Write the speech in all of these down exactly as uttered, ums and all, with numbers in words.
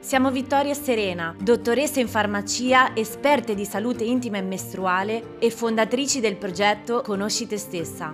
Siamo Vittoria e Serena, dottoresse in farmacia, esperte di salute intima e mestruale e fondatrici del progetto Conosci te stessa.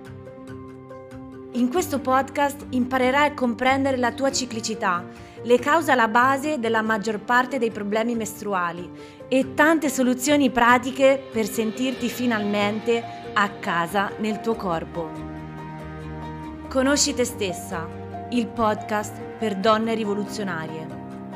In questo podcast imparerai a comprendere la tua ciclicità, le cause alla base della maggior parte dei problemi mestruali e tante soluzioni pratiche per sentirti finalmente a casa nel tuo corpo. Conosci te stessa, il podcast per donne rivoluzionarie.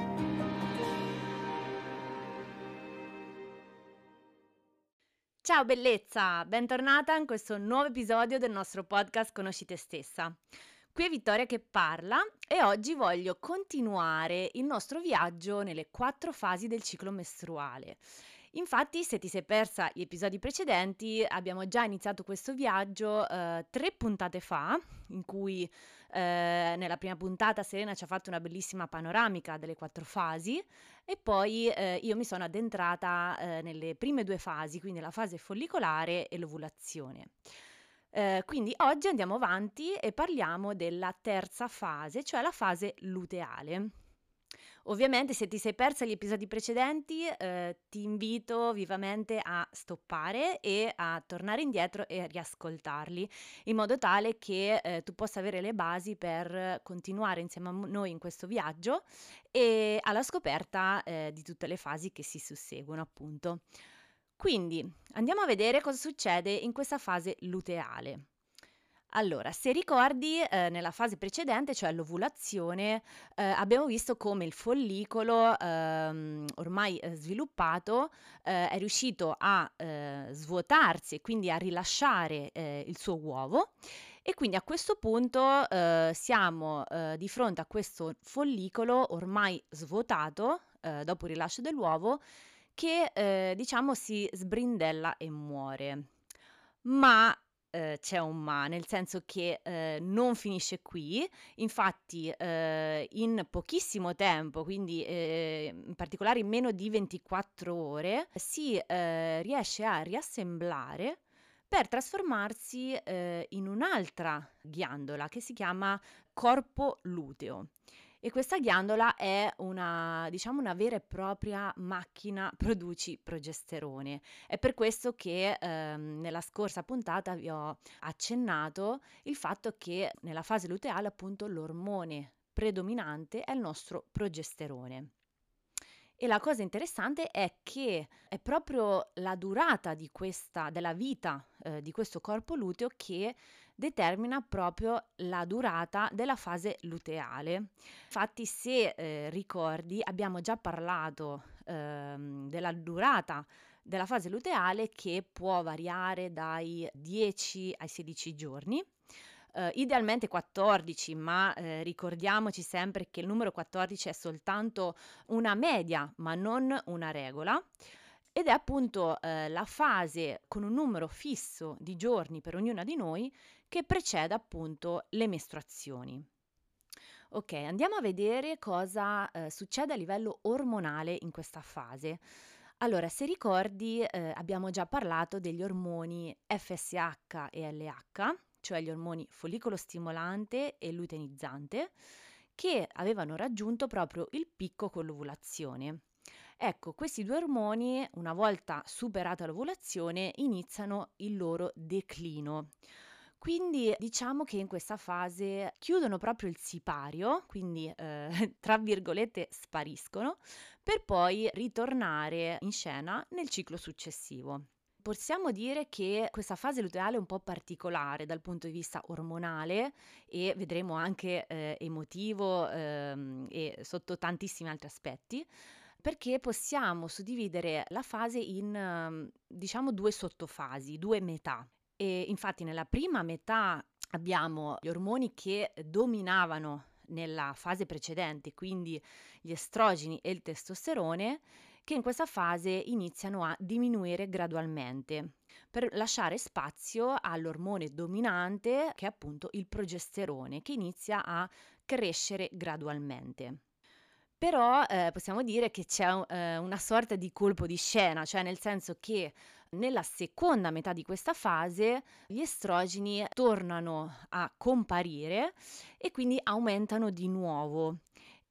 Ciao bellezza, bentornata in questo nuovo episodio del nostro podcast Conosci te stessa. Qui è Vittoria che parla e oggi voglio continuare il nostro viaggio nelle quattro fasi del ciclo mestruale. Infatti, se ti sei persa gli episodi precedenti, abbiamo già iniziato questo viaggio eh, tre puntate fa, in cui eh, nella prima puntata Serena ci ha fatto una bellissima panoramica delle quattro fasi e poi eh, io mi sono addentrata eh, nelle prime due fasi, quindi la fase follicolare e l'ovulazione. Eh, quindi oggi andiamo avanti e parliamo della terza fase, cioè la fase luteale. Ovviamente se ti sei persa gli episodi precedenti eh, ti invito vivamente a stoppare e a tornare indietro e riascoltarli in modo tale che eh, tu possa avere le basi per continuare insieme a noi in questo viaggio e alla scoperta eh, di tutte le fasi che si susseguono appunto. Quindi andiamo a vedere cosa succede in questa fase luteale. Allora, se ricordi, eh, nella fase precedente, cioè l'ovulazione, eh, abbiamo visto come il follicolo, ehm, ormai eh, sviluppato, eh, è riuscito a eh, svuotarsi e quindi a rilasciare eh, il suo uovo. E quindi a questo punto eh, siamo eh, di fronte a questo follicolo ormai svuotato, eh, dopo il rilascio dell'uovo, che eh, diciamo si sbrindella e muore. Ma eh, c'è un ma, nel senso che eh, non finisce qui, infatti eh, in pochissimo tempo, quindi eh, in particolare in meno di ventiquattro ore, si eh, riesce a riassemblare per trasformarsi eh, in un'altra ghiandola che si chiama corpo luteo. E questa ghiandola è una, diciamo, una vera e propria macchina produci progesterone. È per questo che ehm, nella scorsa puntata vi ho accennato il fatto che nella fase luteale appunto l'ormone predominante è il nostro progesterone. E la cosa interessante è che è proprio la durata di questa, della vita eh, di questo corpo luteo che determina proprio la durata della fase luteale. Infatti, se eh, ricordi, abbiamo già parlato ehm, della durata della fase luteale che può variare dai dieci ai sedici giorni. Uh, idealmente quattordici, ma eh, ricordiamoci sempre che il numero quattordici è soltanto una media, ma non una regola. Ed è appunto eh, la fase con un numero fisso di giorni per ognuna di noi che precede appunto le mestruazioni. Ok, andiamo a vedere cosa eh, succede a livello ormonale in questa fase. Allora, se ricordi, eh, abbiamo già parlato degli ormoni F S H e L H, cioè gli ormoni follicolo stimolante e luteinizzante, che avevano raggiunto proprio il picco con l'ovulazione. Ecco, questi due ormoni, una volta superata l'ovulazione, iniziano il loro declino. Quindi diciamo che in questa fase chiudono proprio il sipario, quindi eh, tra virgolette spariscono, per poi ritornare in scena nel ciclo successivo. Possiamo dire che questa fase luteale è un po' particolare dal punto di vista ormonale e vedremo anche eh, emotivo ehm, e sotto tantissimi altri aspetti, perché possiamo suddividere la fase in ehm, diciamo due sottofasi, due metà. E infatti nella prima metà abbiamo gli ormoni che dominavano nella fase precedente, quindi gli estrogeni e il testosterone, che in questa fase iniziano a diminuire gradualmente per lasciare spazio all'ormone dominante che è appunto il progesterone che inizia a crescere gradualmente. Però eh, possiamo dire che c'è eh, una sorta di colpo di scena, cioè nel senso che nella seconda metà di questa fase gli estrogeni tornano a comparire e quindi aumentano di nuovo.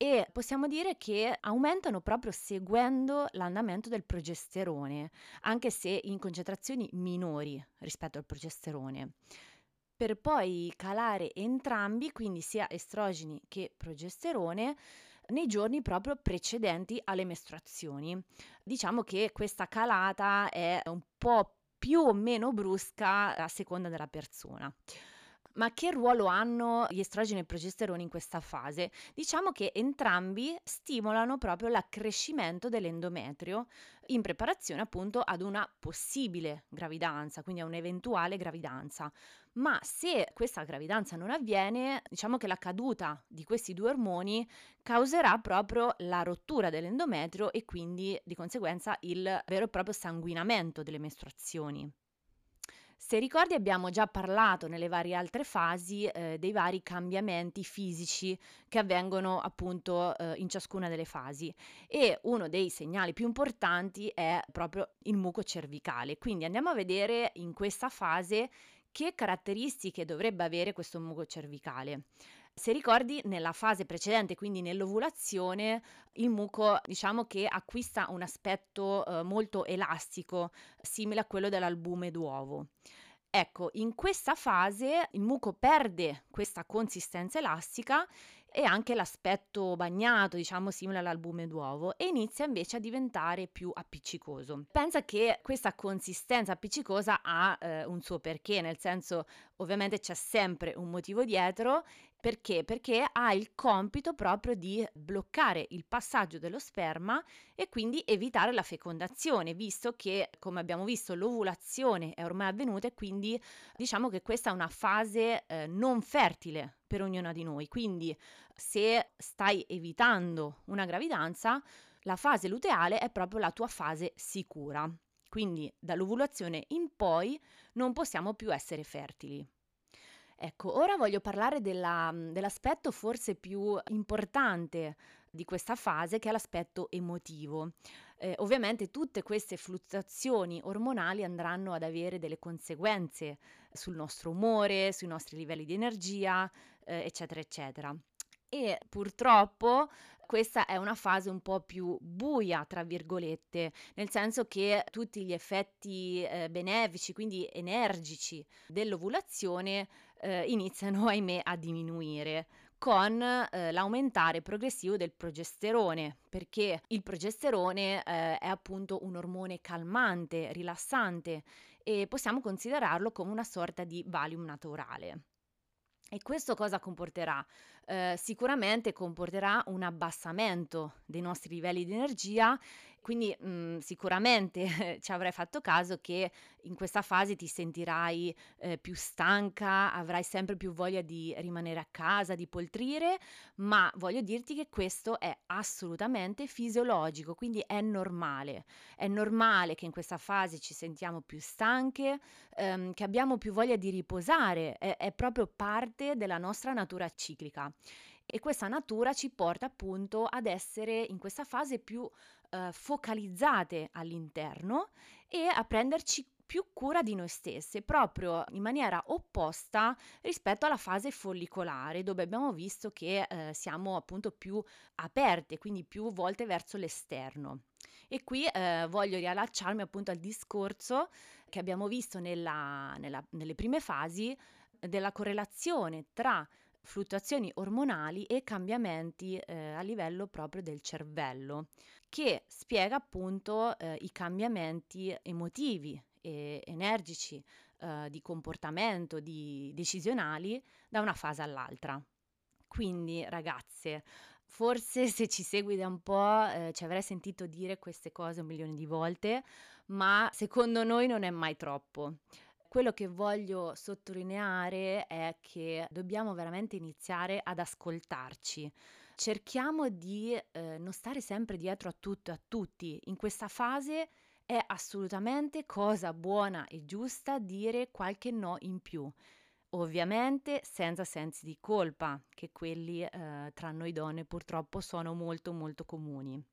e possiamo dire che aumentano proprio seguendo l'andamento del progesterone, anche se in concentrazioni minori rispetto al progesterone, per poi calare entrambi, quindi sia estrogeni che progesterone, nei giorni proprio precedenti alle mestruazioni. Diciamo che questa calata è un po' più o meno brusca a seconda della persona. Ma che ruolo hanno gli estrogeni e il progesterone in questa fase? Diciamo che entrambi stimolano proprio l'accrescimento dell'endometrio in preparazione appunto ad una possibile gravidanza, quindi a un'eventuale gravidanza. Ma se questa gravidanza non avviene, diciamo che la caduta di questi due ormoni causerà proprio la rottura dell'endometrio e quindi di conseguenza il vero e proprio sanguinamento delle mestruazioni. Se ricordi abbiamo già parlato nelle varie altre fasi, ehm, dei vari cambiamenti fisici che avvengono appunto, ehm, in ciascuna delle fasi e uno dei segnali più importanti è proprio il muco cervicale. Quindi andiamo a vedere in questa fase che caratteristiche dovrebbe avere questo muco cervicale. Se ricordi nella fase precedente, quindi nell'ovulazione, il muco diciamo che acquista un aspetto, ehm, molto elastico, simile a quello dell'albume d'uovo. Ecco, in questa fase il muco perde questa consistenza elastica e anche l'aspetto bagnato, diciamo simile all'albume d'uovo, e inizia invece a diventare più appiccicoso. Pensa che questa consistenza appiccicosa ha eh, un suo perché, nel senso ovviamente c'è sempre un motivo dietro. Perché? Perché ha il compito proprio di bloccare il passaggio dello sperma e quindi evitare la fecondazione, visto che, come abbiamo visto, l'ovulazione è ormai avvenuta e quindi diciamo che questa è una fase eh, non fertile per ognuna di noi. Quindi se stai evitando una gravidanza, la fase luteale è proprio la tua fase sicura. Quindi dall'ovulazione in poi non possiamo più essere fertili. Ecco, ora voglio parlare della mhmm, dell'aspetto forse più importante di questa fase, che è l'aspetto emotivo. Ehm, ovviamente tutte queste fluttuazioni ormonali andranno ad avere delle conseguenze sul nostro umore, sui nostri livelli di energia, ehm, eccetera, eccetera. E purtroppo questa è una fase un po' più "buia", tra virgolette, nel senso che tutti gli effetti, ehm, benefici, quindi energici dell'ovulazione, ehm, iniziano ahimè a diminuire con, ehm, l'aumentare progressivo del progesterone, perché il progesterone, ehm, è appunto un ormone calmante, rilassante e possiamo considerarlo come una sorta di Valium naturale. E questo cosa comporterà? Ehm, sicuramente comporterà un abbassamento dei nostri livelli di energia, quindi, mhmm, sicuramente ci avrai fatto caso che in questa fase ti sentirai, ehm, più stanca, avrai sempre più voglia di rimanere a casa, di poltrire, ma voglio dirti che questo è assolutamente fisiologico, quindi è normale. È normale che in questa fase ci sentiamo più stanche, ehm, che abbiamo più voglia di riposare, è è proprio parte della nostra natura ciclica. E questa natura ci porta appunto ad essere in questa fase più, ehm, focalizzate all'interno e a prenderci più cura di noi stesse, proprio in maniera opposta rispetto alla fase follicolare, dove abbiamo visto che, ehm, siamo appunto più aperte, quindi più volte verso l'esterno. E qui, ehm, voglio riallacciarmi appunto al discorso che abbiamo visto nella nella nelle prime fasi della correlazione tra fluttuazioni ormonali e cambiamenti, ehm, a livello proprio del cervello, che spiega appunto, ehm, i cambiamenti emotivi e energici, ehm, di comportamento, di decisionali da una fase all'altra. Quindi ragazze, forse se ci segui da un po', ehm, ci avrai sentito dire queste cose un milione di volte, ma secondo noi non è mai troppo. Quello che voglio sottolineare è che dobbiamo veramente iniziare ad ascoltarci. Cerchiamo di, ehm, non stare sempre dietro a tutto e a tutti. In questa fase è assolutamente cosa buona e giusta dire qualche no in più. Ovviamente senza sensi di colpa, che quelli, ehm, tra noi donne purtroppo sono molto, molto comuni.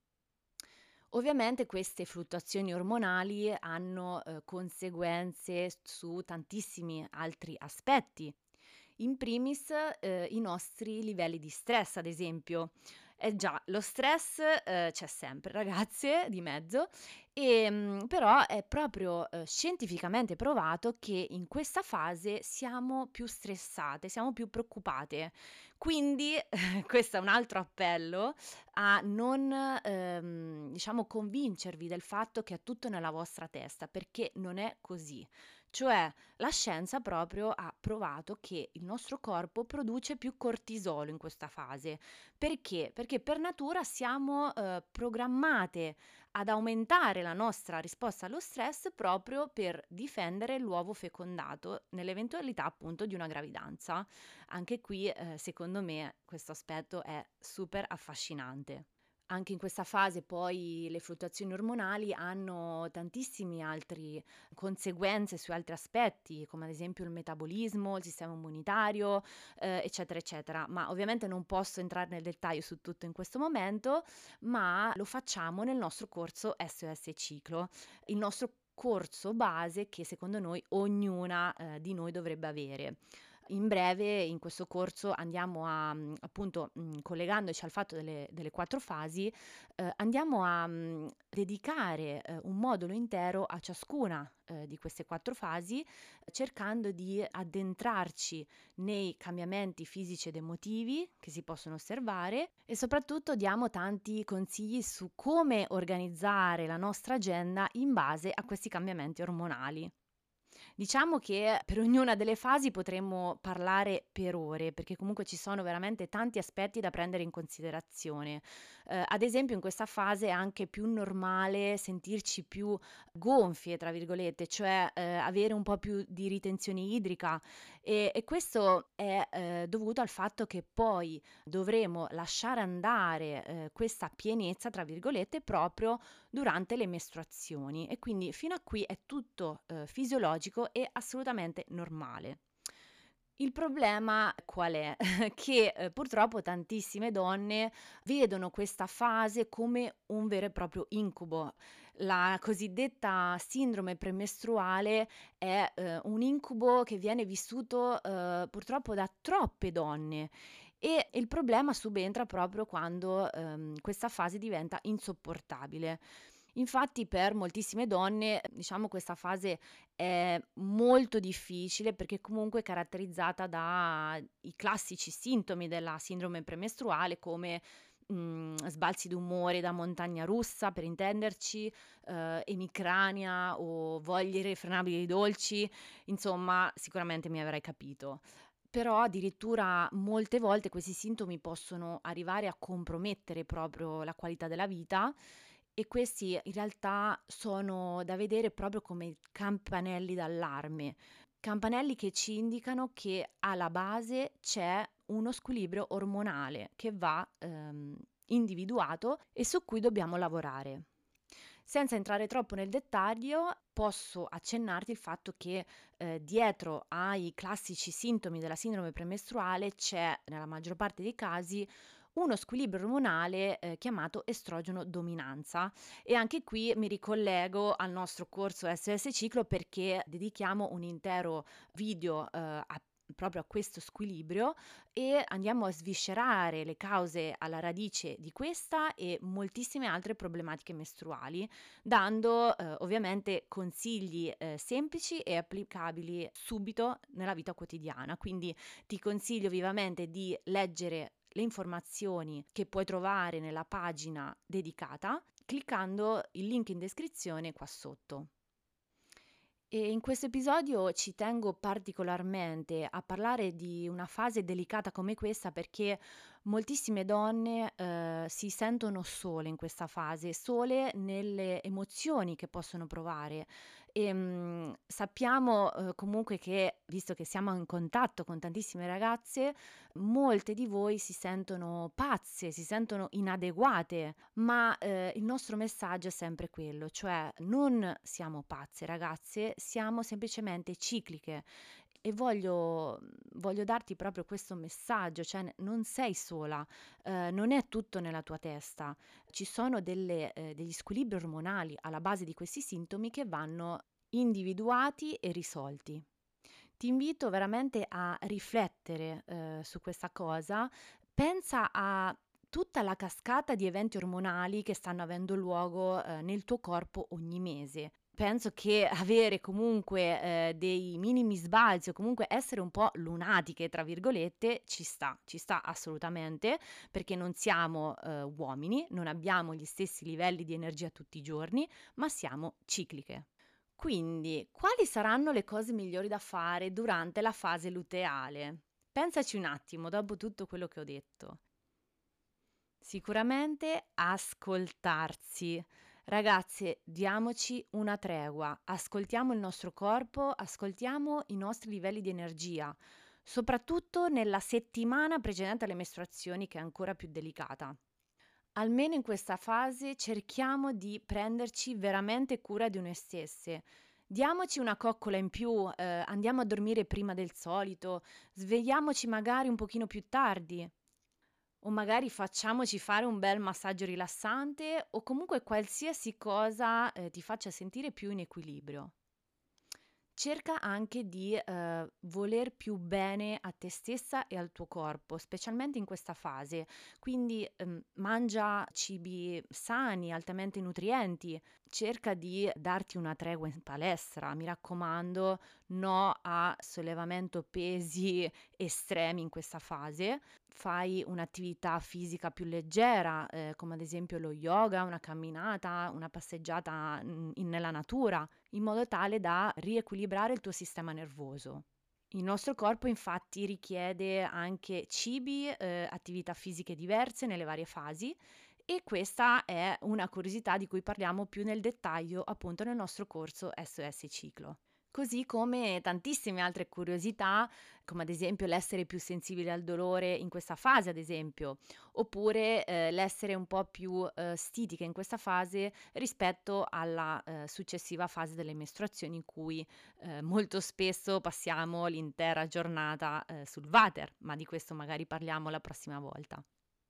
Ovviamente queste fluttuazioni ormonali hanno, ehm, conseguenze s su tantissimi altri aspetti. In primis, ehm, i nostri livelli di stress, ad esempio. Eh già, lo stress, ehm, c'è sempre ragazze di mezzo, ehm, però è proprio, uhm, scientificamente provato che in questa fase siamo più stressate, siamo più preoccupate. Quindi questo è un altro appello a non, ehm, diciamo convincervi del fatto che è tutto nella vostra testa, perché non è così. Cioè, la scienza proprio ha provato che il nostro corpo produce più cortisolo in questa fase. Perché? Perché per natura siamo, uhm, programmate ad aumentare la nostra risposta allo stress proprio per difendere l'uovo fecondato nell'eventualità appunto di una gravidanza. Anche qui, ehm, secondo me questo aspetto è super affascinante. Anche in questa fase poi le fluttuazioni ormonali hanno tantissimi altri conseguenze su altri aspetti, come ad esempio il metabolismo, il sistema immunitario, ehm, eccetera, eccetera. Ma ovviamente non posso entrare nel dettaglio su tutto in questo momento, ma lo facciamo nel nostro corso S O S Ciclo, il nostro corso base che secondo noi ognuna, ehm, di noi dovrebbe avere. In breve in questo corso andiamo a mhmm, appunto, mhmm, collegandoci al fatto delle delle quattro fasi, uhm, andiamo a, mhmm, dedicare, uhm, un modulo intero a ciascuna, uhm, di queste quattro fasi, cercando di addentrarci nei cambiamenti fisici ed emotivi che si possono osservare e soprattutto diamo tanti consigli su come organizzare la nostra agenda in base a questi cambiamenti ormonali. Diciamo che per ognuna delle fasi potremmo parlare per ore, perché comunque ci sono veramente tanti aspetti da prendere in considerazione. Ehm, ad esempio in questa fase è anche più normale sentirci più "gonfie" tra virgolette, cioè, ehm, avere un po' più di ritenzione idrica, e e questo è, ehm, dovuto al fatto che poi dovremo lasciare andare, ehm, questa "pienezza" tra virgolette proprio durante le mestruazioni e quindi fino a qui è tutto, uhm, fisiologico e assolutamente normale. Il problema qual è? Che, uhm, purtroppo tantissime donne vedono questa fase come un vero e proprio incubo. La cosiddetta sindrome premestruale è, uhm, un incubo che viene vissuto, uhm, purtroppo da troppe donne e il problema subentra proprio quando, uhm, questa fase diventa insopportabile. Infatti per moltissime donne, diciamo questa fase è molto difficile perché comunque è caratterizzata dai classici sintomi della sindrome premestruale come, mhmm, sbalzi d'umore da montagna russa per intenderci, uhm, emicrania o voglie irrefrenabili di dolci, insomma sicuramente mi avrai capito. Però addirittura molte volte questi sintomi possono arrivare a compromettere proprio la qualità della vita e questi in realtà sono da vedere proprio come campanelli d'allarme, campanelli che ci indicano che alla base c'è uno squilibrio ormonale che va, ehm, individuato e su cui dobbiamo lavorare. Senza entrare troppo nel dettaglio, posso accennarti il fatto che, ehm, dietro ai classici sintomi della sindrome premestruale c'è, nella maggior parte dei casi, uno squilibrio ormonale, ehm, chiamato estrogeno dominanza e anche qui mi ricollego al nostro corso S O S Ciclo perché dedichiamo un intero video, uhm, a proprio a questo squilibrio e andiamo a sviscerare le cause alla radice di questa e moltissime altre problematiche mestruali, dando, uhm, ovviamente consigli, ehm, semplici e applicabili subito nella vita quotidiana. Quindi ti consiglio vivamente di leggere le informazioni che puoi trovare nella pagina dedicata, cliccando il link in descrizione qua sotto. E in questo episodio ci tengo particolarmente a parlare di una fase delicata come questa perché moltissime donne, ehm, si sentono sole in questa fase, sole nelle emozioni che possono provare. Ehm, sappiamo, uhm, comunque che, visto che siamo in contatto con tantissime ragazze, molte di voi si sentono pazze, si sentono inadeguate, ma, ehm, il nostro messaggio è sempre quello, cioè non siamo pazze ragazze, siamo semplicemente cicliche e voglio mhmm, voglio darti proprio questo messaggio, cioè n non sei sola, ehm, non è tutto nella tua testa. Ci sono delle ehm, degli squilibri ormonali alla base di questi sintomi che vanno individuati e risolti. Ti invito veramente a riflettere, ehm, su questa cosa. Pensa a tutta la cascata di eventi ormonali che stanno avendo luogo eh, nel tuo corpo ogni mese. Penso che avere comunque eh, dei minimi sbalzi o comunque essere un po' lunatiche, tra virgolette, ci sta, ci sta assolutamente, perché non siamo eh, uomini, non abbiamo gli stessi livelli di energia tutti i giorni, ma siamo cicliche. Quindi, quali saranno le cose migliori da fare durante la fase luteale? Pensaci un attimo, dopo tutto quello che ho detto. Sicuramente ascoltarsi. Ragazze, diamoci una tregua, ascoltiamo il nostro corpo, ascoltiamo i nostri livelli di energia, soprattutto nella settimana precedente alle mestruazioni, che è ancora più delicata. Almeno in questa fase cerchiamo di prenderci veramente cura di noi stesse. Diamoci una coccola in più, eh, andiamo a dormire prima del solito, svegliamoci magari un pochino più tardi. O magari facciamoci fare un bel massaggio rilassante o comunque qualsiasi cosa eh, ti faccia sentire più in equilibrio. Cerca anche di eh, voler più bene a te stessa e al tuo corpo, specialmente in questa fase. Quindi ehm, mangia cibi sani, altamente nutrienti. Cerca di darti una tregua in palestra, mi raccomando, no a sollevamento pesi estremi in questa fase. Fai un'attività fisica più leggera, eh, come ad esempio lo yoga, una camminata, una passeggiata mm, in- nella natura, in modo tale da riequilibrare il tuo sistema nervoso. Il nostro corpo infatti richiede anche cibi, eh, attività fisiche diverse nelle varie fasi e questa è una curiosità di cui parliamo più nel dettaglio appunto nel nostro corso S O S Ciclo. Così come tantissime altre curiosità, come ad esempio l'essere più sensibile al dolore in questa fase, ad esempio, oppure eh, l'essere un po' più eh, stitiche in questa fase rispetto alla eh, successiva fase delle mestruazioni in cui eh, molto spesso passiamo l'intera giornata eh, sul water, ma di questo magari parliamo la prossima volta.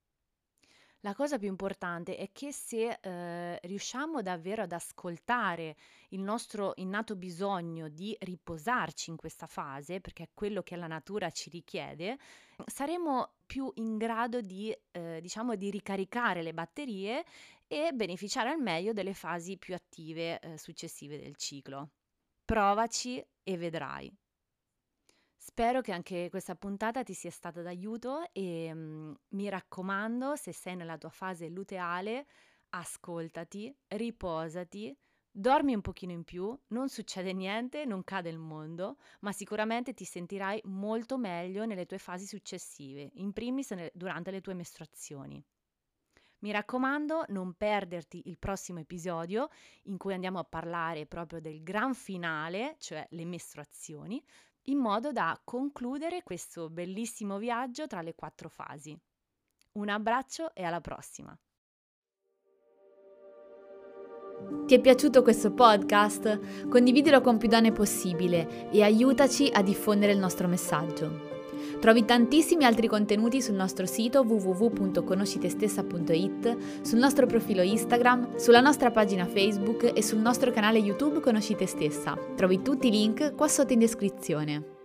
La cosa più importante è che se eh, riusciamo davvero ad ascoltare il nostro innato bisogno di riposarci in questa fase, perché è quello che la natura ci richiede, saremo più in grado di, eh, diciamo, di ricaricare le batterie e beneficiare al meglio delle fasi più attive, eh, successive del ciclo. Provaci e vedrai. Spero che anche questa puntata ti sia stata d'aiuto e mm, mi raccomando, se sei nella tua fase luteale, ascoltati, riposati, dormi un pochino in più, non succede niente, non cade il mondo, ma sicuramente ti sentirai molto meglio nelle tue fasi successive, in primis ne- durante le tue mestruazioni. Mi raccomando, non perderti il prossimo episodio in cui andiamo a parlare proprio del gran finale, cioè le mestruazioni, in modo da concludere questo bellissimo viaggio tra le quattro fasi. Un abbraccio e alla prossima! Ti è piaciuto questo podcast? Condividilo con più donne possibile e aiutaci a diffondere il nostro messaggio. Trovi tantissimi altri contenuti sul nostro sito w w w punto conoscitestessa punto i t, sul nostro profilo Instagram, sulla nostra pagina Facebook e sul nostro canale YouTube Conosci Te Stessa. Trovi tutti i link qua sotto in descrizione.